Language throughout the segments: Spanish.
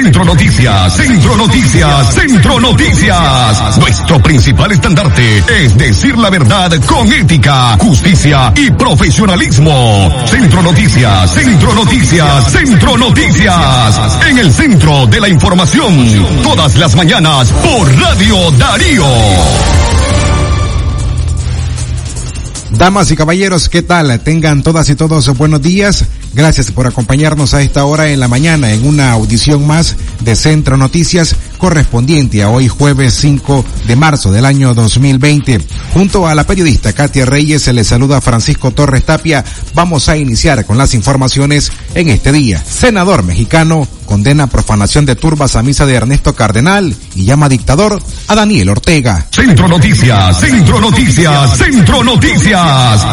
Centro Noticias, Centro Noticias, Centro Noticias. Nuestro principal estandarte es decir la verdad con ética, justicia y profesionalismo. Centro Noticias, Centro Noticias, Centro Noticias. En el centro de la información, todas las mañanas por Radio Darío. Damas y caballeros, ¿qué tal? Tengan todas y todos buenos días. Gracias por acompañarnos a esta hora en la mañana en una audición más de Centro Noticias correspondiente a hoy jueves 5 de marzo del año 2020. Junto a la periodista Katia Reyes se les saluda Francisco Torres Tapia. Vamos a iniciar con las informaciones en este día. Senador mexicano condena profanación de turbas a misa de Ernesto Cardenal y llama dictador a Daniel Ortega. Centro Noticias, Centro Noticias, Centro Noticias.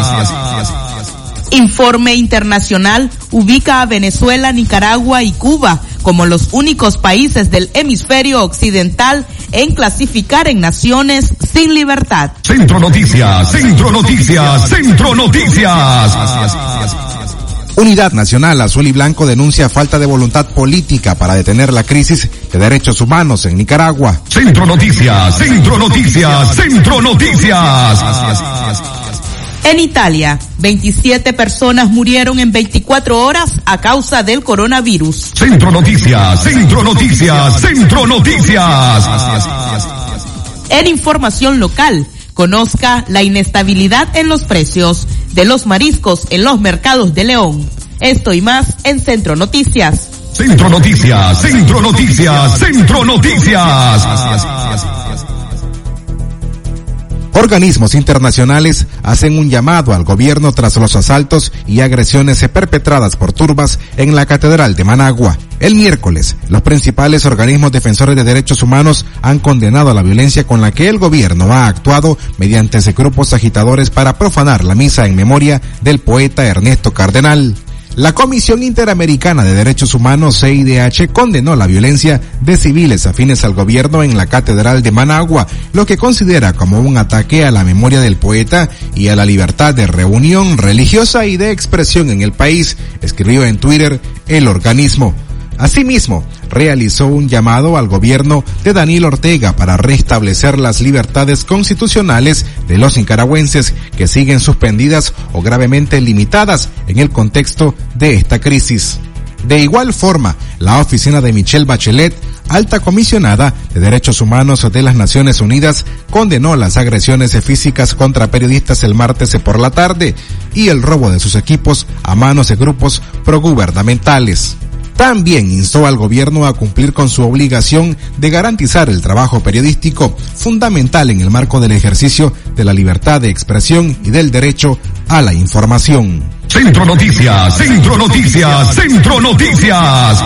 Informe internacional ubica a Venezuela, Nicaragua y Cuba como los únicos países del hemisferio occidental en clasificar en naciones sin libertad. Centro Noticias, Centro Noticias, Centro Noticias. Unidad Nacional Azul y Blanco denuncia falta de voluntad política para detener la crisis de derechos humanos en Nicaragua. Centro Noticias, Centro Noticias, Centro Noticias. En Italia, 27 personas murieron en 24 horas a causa del coronavirus. Centro Noticias, Centro Noticias, Centro Noticias. En información local, conozca la inestabilidad en los precios de los mariscos en los mercados de León. Esto y más en Centro Noticias. Centro Noticias, Centro Noticias, Centro Noticias. Organismos internacionales hacen un llamado al gobierno tras los asaltos y agresiones perpetradas por turbas en la Catedral de Managua. El miércoles, los principales organismos defensores de derechos humanos han condenado la violencia con la que el gobierno ha actuado mediante grupos agitadores para profanar la misa en memoria del poeta Ernesto Cardenal. La Comisión Interamericana de Derechos Humanos, CIDH, condenó la violencia de civiles afines al gobierno en la Catedral de Managua, lo que considera como un ataque a la memoria del poeta y a la libertad de reunión religiosa y de expresión en el país, escribió en Twitter el organismo. Asimismo, realizó un llamado al gobierno de Daniel Ortega para restablecer las libertades constitucionales de los nicaragüenses que siguen suspendidas o gravemente limitadas en el contexto de esta crisis. De igual forma, la oficina de Michelle Bachelet, alta comisionada de Derechos Humanos de las Naciones Unidas, condenó las agresiones físicas contra periodistas el martes por la tarde y el robo de sus equipos a manos de grupos progubernamentales. También instó al gobierno a cumplir con su obligación de garantizar el trabajo periodístico, fundamental en el marco del ejercicio de la libertad de expresión y del derecho a la información. Centro Noticias, Centro Noticias, Centro Noticias.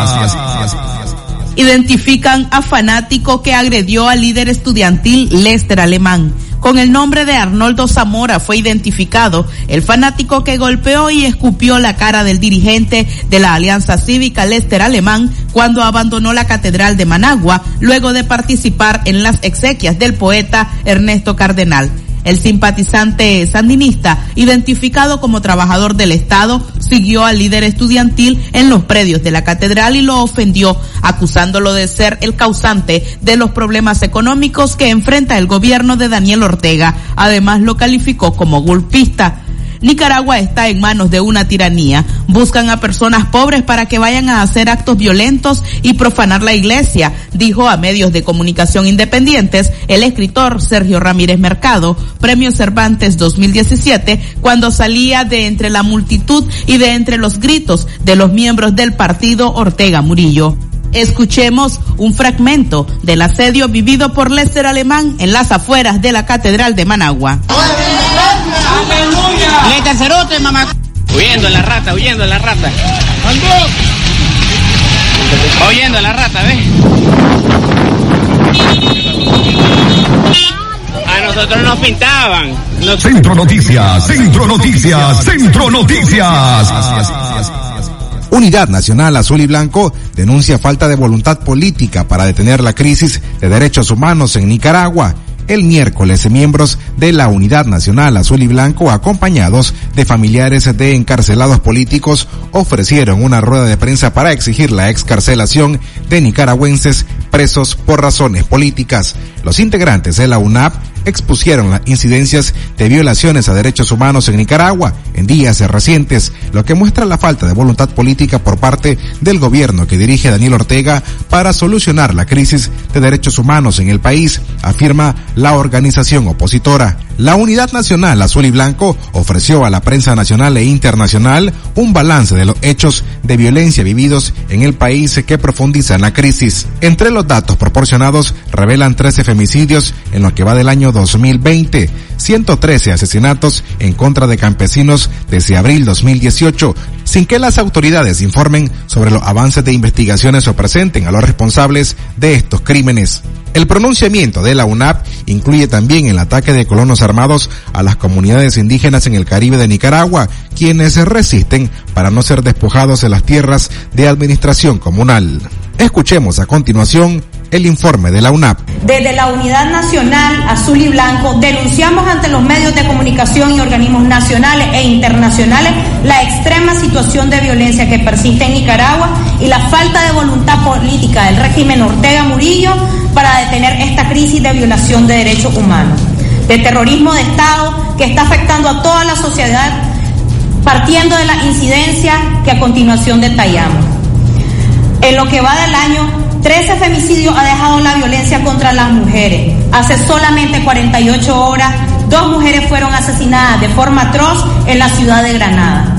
Identifican a fanático que agredió al líder estudiantil Lester Alemán. Con el nombre de Arnoldo Zamora fue identificado el fanático que golpeó y escupió la cara del dirigente de la Alianza Cívica Lester Alemán cuando abandonó la Catedral de Managua luego de participar en las exequias del poeta Ernesto Cardenal. El simpatizante sandinista, identificado como trabajador del Estado, siguió al líder estudiantil en los predios de la catedral y lo ofendió, acusándolo de ser el causante de los problemas económicos que enfrenta el gobierno de Daniel Ortega. Además, lo calificó como golpista. Nicaragua está en manos de una tiranía. Buscan a personas pobres para que vayan a hacer actos violentos y profanar la iglesia, dijo a medios de comunicación independientes el escritor Sergio Ramírez Mercado, Premio Cervantes 2017, cuando salía de entre la multitud y de entre los gritos de los miembros del partido Ortega Murillo. Escuchemos un fragmento del asedio vivido por Lester Alemán en las afueras de la Catedral de Managua. ¡Le tercerote, mamá! Huyendo la rata, huyendo la rata. Huyendo la rata, ¿ves? A nosotros nos pintaban. Centro Noticias, Centro Noticias, Centro Noticias. Unidad Nacional Azul y Blanco denuncia falta de voluntad política para detener la crisis de derechos humanos en Nicaragua. El miércoles, miembros de la Unidad Nacional Azul y Blanco, acompañados de familiares de encarcelados políticos, ofrecieron una rueda de prensa para exigir la excarcelación de nicaragüenses presos por razones políticas. Los integrantes de la UNAP expusieron las incidencias de violaciones a derechos humanos en Nicaragua en días recientes, lo que muestra la falta de voluntad política por parte del gobierno que dirige Daniel Ortega para solucionar la crisis de derechos humanos en el país, afirma la organización opositora. La Unidad Nacional Azul y Blanco ofreció a la prensa nacional e internacional un balance de los hechos de violencia vividos en el país que profundizan la crisis. Entre los datos proporcionados revelan 13 femicidios en lo que va del año 2020, 113 asesinatos en contra de campesinos desde abril 2018, sin que las autoridades informen sobre los avances de investigaciones o presenten a los responsables de estos crímenes. El pronunciamiento de la UNAP incluye también el ataque de colonos armados a las comunidades indígenas en el Caribe de Nicaragua, quienes se resisten para no ser despojados de las tierras de administración comunal. Escuchemos a continuación el informe de la UNAP. Desde la Unidad Nacional Azul y Blanco denunciamos ante los medios de comunicación y organismos nacionales e internacionales la extrema situación de violencia que persiste en Nicaragua y la falta de voluntad política del régimen Ortega Murillo para detener esta crisis de violación de derechos humanos, de terrorismo de Estado que está afectando a toda la sociedad, partiendo de la incidencia que a continuación detallamos. En lo que va del año, 13 femicidios ha dejado la violencia contra las mujeres. Hace solamente 48 horas, 2 mujeres fueron asesinadas de forma atroz en la ciudad de Granada.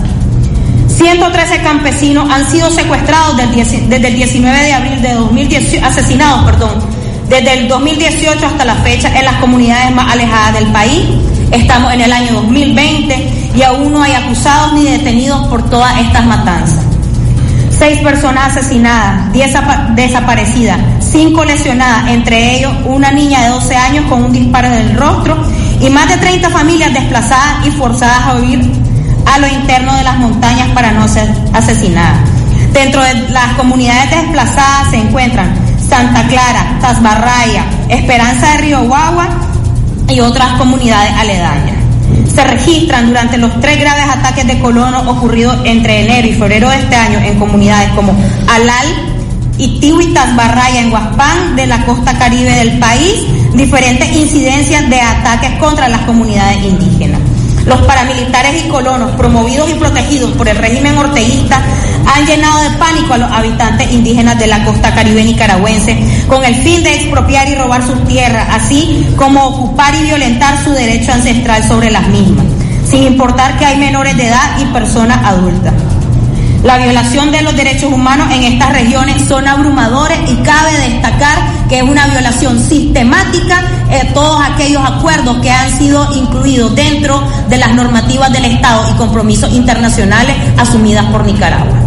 113 campesinos han sido secuestrados desde el 19 de abril de 2018, desde el 2018 hasta la fecha en las comunidades más alejadas del país. Estamos en el año 2020 y aún no hay acusados ni detenidos por todas estas matanzas. 6 personas asesinadas, 10 desaparecidas, 5 lesionadas, entre ellos una niña de 12 años con un disparo en el rostro y más de 30 familias desplazadas y forzadas a huir a lo interno de las montañas para no ser asesinadas. Dentro de las comunidades desplazadas se encuentran Santa Clara, Tasbarraya, Esperanza de Río Guagua y otras comunidades aledañas. Se registran durante los 3 graves ataques de colonos ocurridos entre enero y febrero de este año en comunidades como Alal, Itiwi y Tasbarraya en Huaspán de la costa caribe del país, diferentes incidencias de ataques contra las comunidades indígenas. Los paramilitares y colonos, promovidos y protegidos por el régimen orteguista, han llenado de pánico a los habitantes indígenas de la costa caribe nicaragüense con el fin de expropiar y robar sus tierras, así como ocupar y violentar su derecho ancestral sobre las mismas, sin importar que hay menores de edad y personas adultas. La violación de los derechos humanos en estas regiones son abrumadores y cabe destacar que es una violación sistemática de todos aquellos acuerdos que han sido incluidos dentro de las normativas del Estado y compromisos internacionales asumidas por Nicaragua.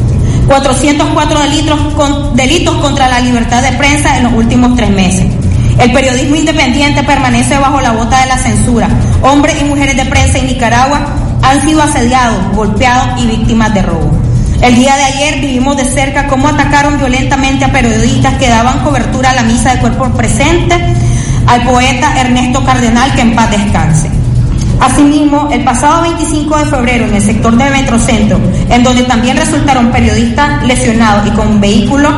404 delitos contra la libertad de prensa en los últimos 3 meses. El periodismo independiente permanece bajo la bota de la censura. Hombres y mujeres de prensa en Nicaragua han sido asediados, golpeados y víctimas de robo. El día de ayer vivimos de cerca cómo atacaron violentamente a periodistas que daban cobertura a la misa de cuerpo presente al poeta Ernesto Cardenal, que en paz descanse. Asimismo, el pasado 25 de febrero en el sector de Metrocentro, en donde también resultaron periodistas lesionados y con vehículos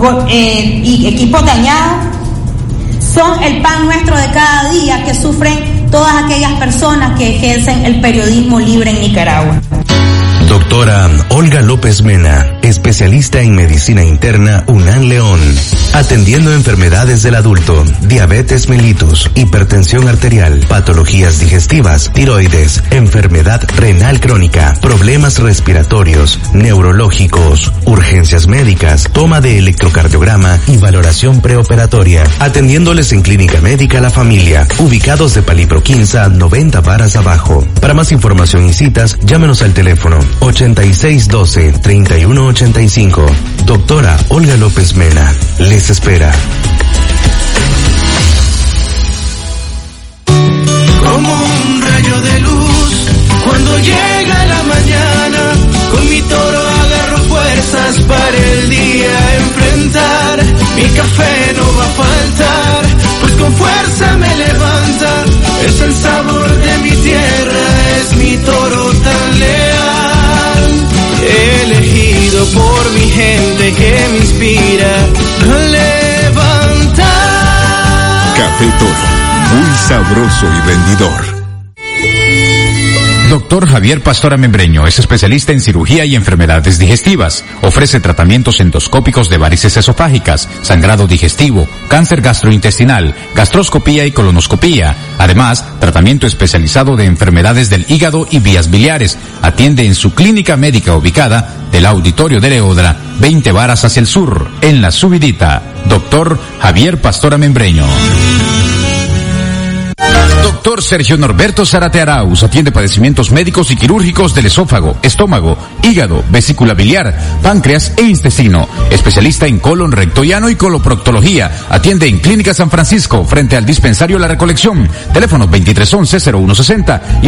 y equipos dañados, son el pan nuestro de cada día que sufren todas aquellas personas que ejercen el periodismo libre en Nicaragua. Doctora Olga López Mena, especialista en medicina interna UNAM León, atendiendo enfermedades del adulto, diabetes mellitus, hipertensión arterial, patologías digestivas, tiroides, enfermedad renal crónica, problemas respiratorios, neurológicos, urgencias médicas, toma de electrocardiograma y valoración preoperatoria, atendiéndoles en Clínica Médica La Familia, ubicados de Palipro 15 90 varas abajo. Para más información y citas, llámenos al teléfono 8612-3185. Doctora Olga López Mena, les espera. Como un rayo de luz, cuando llega la mañana, con mi toro agarro fuerzas para el día enfrentar. Mi café no va a faltar, pues con fuerza me levanto. inspira a levantar. Café Toro, muy sabroso y rendidor. Doctor Javier Pastora Membreño es especialista en cirugía y enfermedades digestivas. Ofrece tratamientos endoscópicos de varices esofágicas, sangrado digestivo, cáncer gastrointestinal, gastroscopía y colonoscopía. Además, tratamiento especializado de enfermedades del hígado y vías biliares. Atiende en su clínica médica ubicada del Auditorio de Leodra, 20 varas hacia el sur, en La Subidita. Doctor Javier Pastora Membreño. Doctor Sergio Norberto Zárate Arauz atiende padecimientos médicos y quirúrgicos del esófago, estómago, hígado, vesícula biliar, páncreas e intestino. Especialista en colon, recto y ano y coloproctología. Atiende en Clínica San Francisco, frente al dispensario La Recolección. Teléfonos 2311-0160 y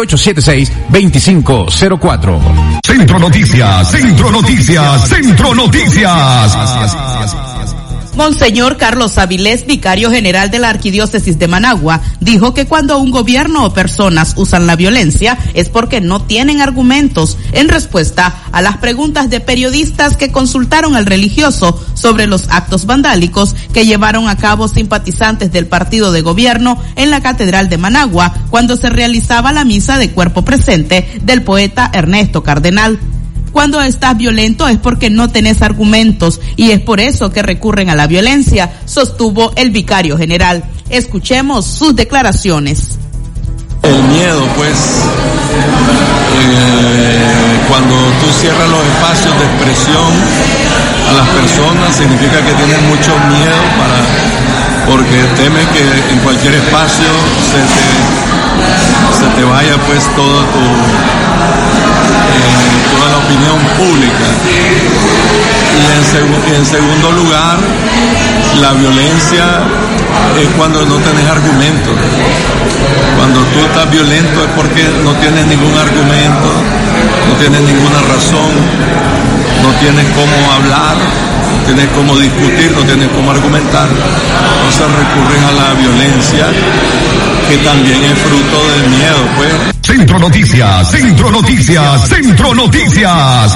8876-2504. Centro Noticias, Centro Noticias, Centro Noticias. Monseñor Carlos Avilés, vicario general de la Arquidiócesis de Managua, dijo que cuando un gobierno o personas usan la violencia es porque no tienen argumentos, en respuesta a las preguntas de periodistas que consultaron al religioso sobre los actos vandálicos que llevaron a cabo simpatizantes del partido de gobierno en la Catedral de Managua cuando se realizaba la misa de cuerpo presente del poeta Ernesto Cardenal. Cuando estás violento es porque no tenés argumentos y es por eso que recurren a la violencia, sostuvo el vicario general. Escuchemos sus declaraciones. El miedo, pues, cuando tú cierras los espacios de expresión a las personas, significa que tienes mucho miedo porque temes que en cualquier espacio se te vaya pues toda la opinión pública. Y en segundo lugar, la violencia es cuando no tenés argumentos. Cuando tú estás violento es porque no tienes ningún argumento, no tienes ninguna razón, no tienes cómo hablar, no tienes cómo discutir, no tienes cómo argumentar. Entonces recurren a la violencia, que también es fruto del miedo, pues. Centro Noticias, Centro Noticias, Centro Noticias.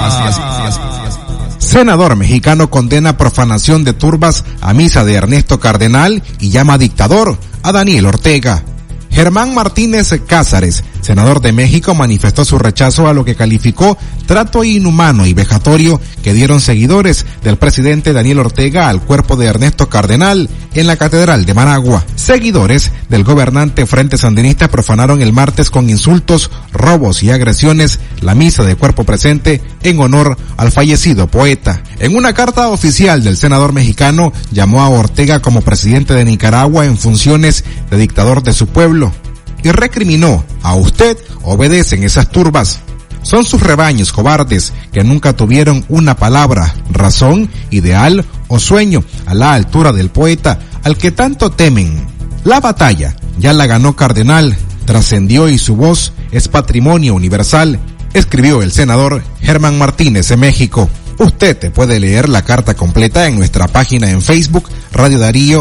Senador mexicano condena profanación de turbas a misa de Ernesto Cardenal y llama dictador a Daniel Ortega. Germán Martínez Cázares, senador de México, manifestó su rechazo a lo que calificó trato inhumano y vejatorio que dieron seguidores del presidente Daniel Ortega al cuerpo de Ernesto Cardenal en la Catedral de Managua. Seguidores del gobernante Frente Sandinista profanaron el martes con insultos, robos y agresiones la misa de cuerpo presente en honor al fallecido poeta. En una carta oficial del senador mexicano, llamó a Ortega como presidente de Nicaragua en funciones de dictador de su pueblo y recriminó: a usted obedecen esas turbas. Son sus rebaños cobardes que nunca tuvieron una palabra, razón, ideal o sueño a la altura del poeta al que tanto temen. La batalla ya la ganó Cardenal, trascendió y su voz es patrimonio universal, escribió el senador Germán Martínez de México. Usted puede leer la carta completa en nuestra página en Facebook, Radio Darío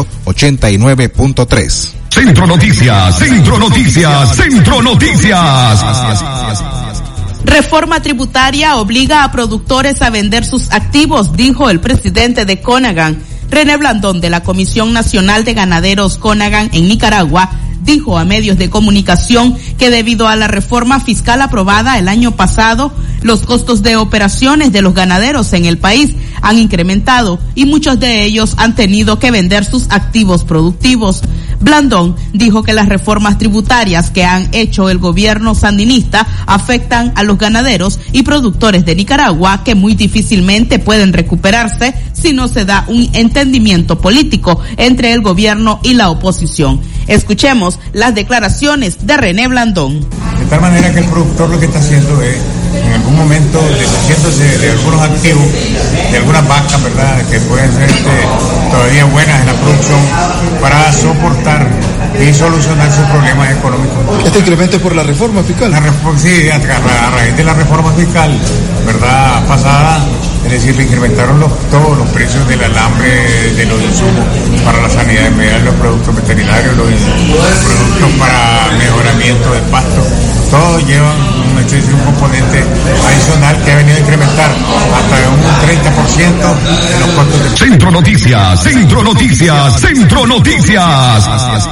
89.3. Centro Noticias, Centro Noticias, Centro Noticias. Reforma tributaria obliga a productores a vender sus activos, dijo el presidente de CONAGAN. René Blandón, de la Comisión Nacional de Ganaderos CONAGAN en Nicaragua, dijo a medios de comunicación que debido a la reforma fiscal aprobada el año pasado, los costos de operaciones de los ganaderos en el país han incrementado y muchos de ellos han tenido que vender sus activos productivos. Blandón dijo que las reformas tributarias que han hecho el gobierno sandinista afectan a los ganaderos y productores de Nicaragua, que muy difícilmente pueden recuperarse si no se da un entendimiento político entre el gobierno y la oposición. Escuchemos las declaraciones de René Blandón. De tal manera que el productor lo que está haciendo es, en algún momento, deshaciéndose de algunos activos, de algunas vacas, ¿verdad?, que pueden ser todavía buenas en la producción, para soportar y solucionar sus problemas económicos. ¿Este incremento es por la reforma fiscal? Sí, a raíz de la reforma fiscal, ¿verdad?, pasada, es decir, le incrementaron todos los precios del alambre, de los insumos para la sanidad inmediata, los productos veterinarios, los productos para mejoramiento del pasto, todos llevan un componente adicional que ha venido a incrementar hasta un 30% en los costos de... Centro Noticias, Centro Noticias, Centro Noticias.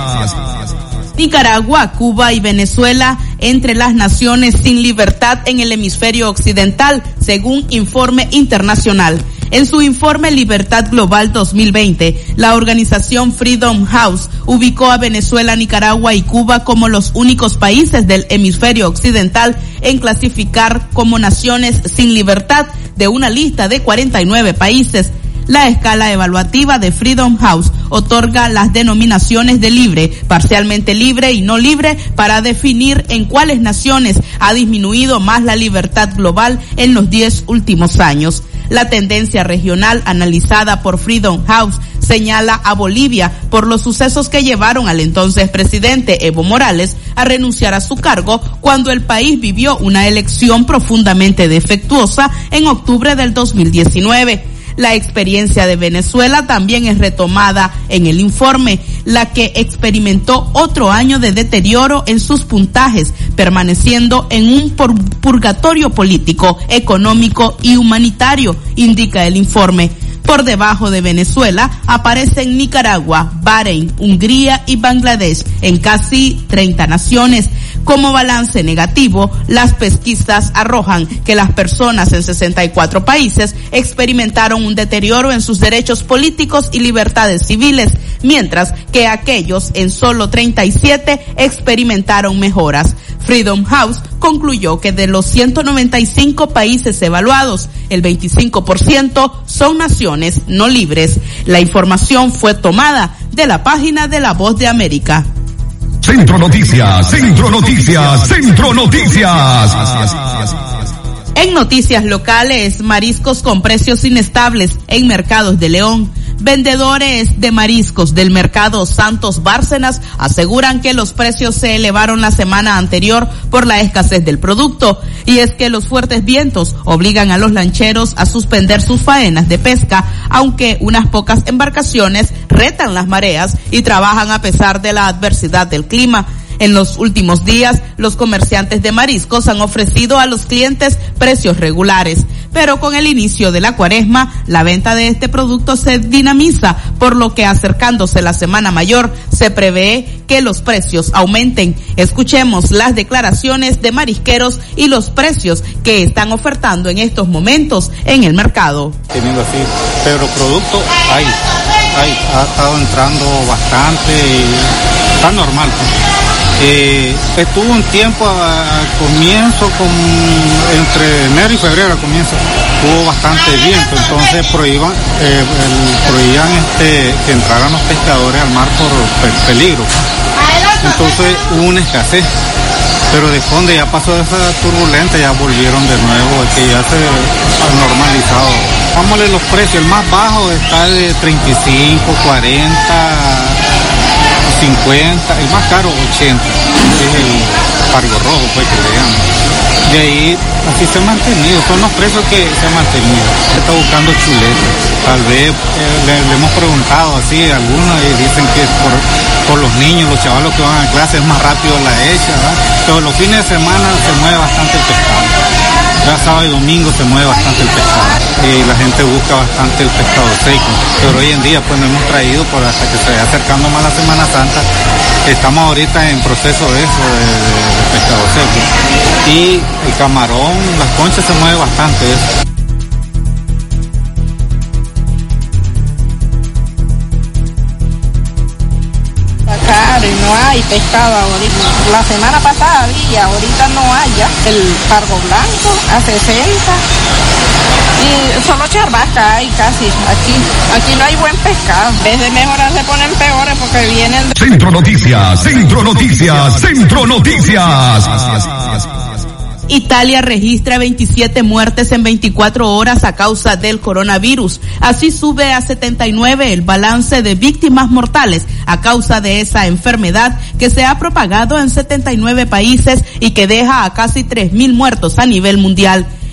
Nicaragua, Cuba y Venezuela entre las naciones sin libertad en el hemisferio occidental, según informe internacional. En su informe Libertad Global 2020, la organización Freedom House ubicó a Venezuela, Nicaragua y Cuba como los únicos países del hemisferio occidental en clasificar como naciones sin libertad de una lista de 49 países. La escala evaluativa de Freedom House otorga las denominaciones de libre, parcialmente libre y no libre para definir en cuáles naciones ha disminuido más la libertad global en los 10 últimos años. La tendencia regional analizada por Freedom House señala a Bolivia por los sucesos que llevaron al entonces presidente Evo Morales a renunciar a su cargo cuando el país vivió una elección profundamente defectuosa en octubre del 2019. La experiencia de Venezuela también es retomada en el informe, la que experimentó otro año de deterioro en sus puntajes, permaneciendo en un purgatorio político, económico y humanitario, indica el informe. Por debajo de Venezuela aparecen Nicaragua, Bahrein, Hungría y Bangladesh, en casi 30 naciones. Como balance negativo, las pesquisas arrojan que las personas en 64 países experimentaron un deterioro en sus derechos políticos y libertades civiles, mientras que aquellos en solo 37 experimentaron mejoras. Freedom House concluyó que de los 195 países evaluados, el 25% son naciones no libres. La información fue tomada de la página de La Voz de América. Centro Noticias, Centro Noticias, Centro Noticias. En noticias locales, mariscos con precios inestables en mercados de León. Vendedores de mariscos del mercado Santos Bárcenas aseguran que los precios se elevaron la semana anterior por la escasez del producto, y es que los fuertes vientos obligan a los lancheros a suspender sus faenas de pesca, aunque unas pocas embarcaciones retan las mareas y trabajan a pesar de la adversidad del clima. En los últimos días, los comerciantes de mariscos han ofrecido a los clientes precios regulares, pero con el inicio de la Cuaresma, la venta de este producto se dinamiza, por lo que acercándose la Semana Mayor, se prevé que los precios aumenten. Escuchemos las declaraciones de marisqueros y los precios que están ofertando en estos momentos en el mercado. Teniendo así, pero producto hay, ha estado entrando bastante y está normal, pues. Estuvo un tiempo al comienzo, entre enero y febrero al comienzo, hubo bastante viento, entonces prohibían que entraran los pescadores al mar por peligro. Entonces hubo una escasez, pero de fondo ya pasó esa turbulenta, ya volvieron de nuevo, que ya se ha normalizado. Vámonos los precios, el más bajo está de 35, 40, 50, el más caro 80, es el pargo rojo, pues, que le llaman. De ahí así se ha mantenido, son los precios que se han mantenido. Se está buscando chuletas, tal vez le hemos preguntado así a algunos y dicen que por los niños, los chavalos que van a clase es más rápido la hecha, ¿verdad? Pero los fines de semana se mueve bastante el pescado. Ya sábado y domingo se mueve bastante el pescado y la gente busca bastante el pescado seco, pero hoy en día pues no hemos traído por hasta que se vaya acercando más la Semana Santa. Estamos ahorita en proceso de eso, de pescado seco, y el camarón, las conchas se mueve bastante eso. Caro y no hay pescado ahorita. La semana pasada había, ahorita no hay ya. El pargo blanco a 60 y solo charbaca hay casi aquí no hay buen pescado. En vez de mejorar se ponen peores porque vienen de... Centro Noticias, Centro Noticias, Centro Noticias. Italia registra 27 muertes en 24 horas a causa del coronavirus. Así sube a 79 el balance de víctimas mortales a causa de esa enfermedad que se ha propagado en 79 países y que deja a casi 3.000 muertos a nivel mundial.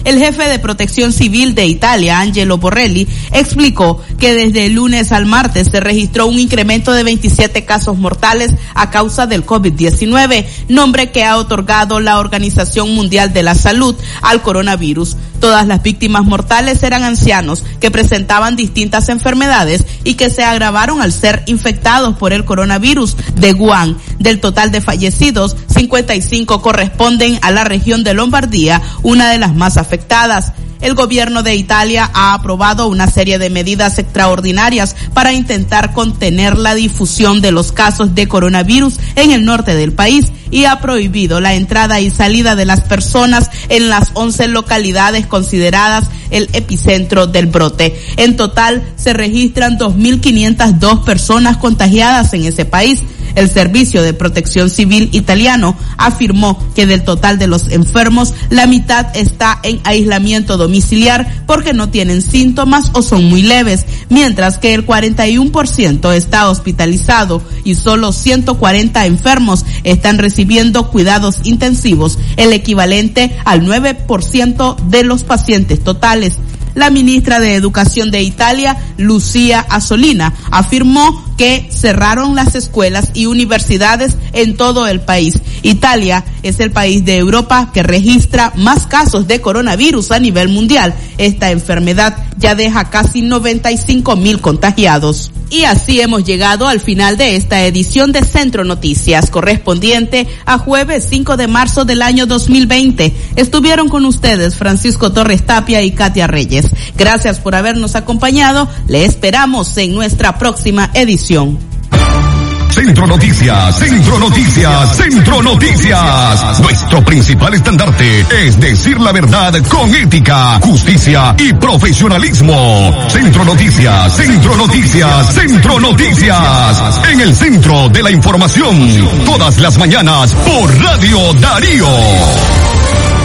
El jefe de Protección Civil de Italia, Angelo Borrelli, explicó que desde el lunes al martes se registró un incremento de 27 casos mortales a causa del COVID-19, nombre que ha otorgado la Organización Mundial de la Salud al coronavirus. Todas las víctimas mortales eran ancianos que presentaban distintas enfermedades y que se agravaron al ser infectados por el coronavirus de Wuhan. Del total de fallecidos, 55 corresponden a la región de Lombardía, una de las más afectadas. El gobierno de Italia ha aprobado una serie de medidas extraordinarias para intentar contener la difusión de los casos de coronavirus en el norte del país y ha prohibido la entrada y salida de las personas en las 11 localidades consideradas el epicentro del brote. En total se registran 2.502 personas contagiadas en ese país. El Servicio de Protección Civil italiano afirmó que del total de los enfermos, la mitad está en aislamiento domiciliar porque no tienen síntomas o son muy leves, mientras que el 41% está hospitalizado y solo 140 enfermos están recibiendo cuidados intensivos, el equivalente al 9% de los pacientes totales. La ministra de Educación de Italia, Lucia Azzolina, afirmó que cerraron las escuelas y universidades en todo el país. Italia es el país de Europa que registra más casos de coronavirus a nivel mundial. Esta enfermedad ya deja casi 95,000 contagiados. Y así hemos llegado al final de esta edición de Centro Noticias, correspondiente a jueves 5 de marzo del año 2020. Estuvieron con ustedes Francisco Torres Tapia y Katia Reyes. Gracias por habernos acompañado. Le esperamos en nuestra próxima edición. Centro Noticias, Centro Noticias, Centro Noticias. Nuestro principal estandarte es decir la verdad con ética, justicia y profesionalismo. Centro Noticias, Centro Noticias, Centro Noticias. En el centro de la información, todas las mañanas por Radio Darío.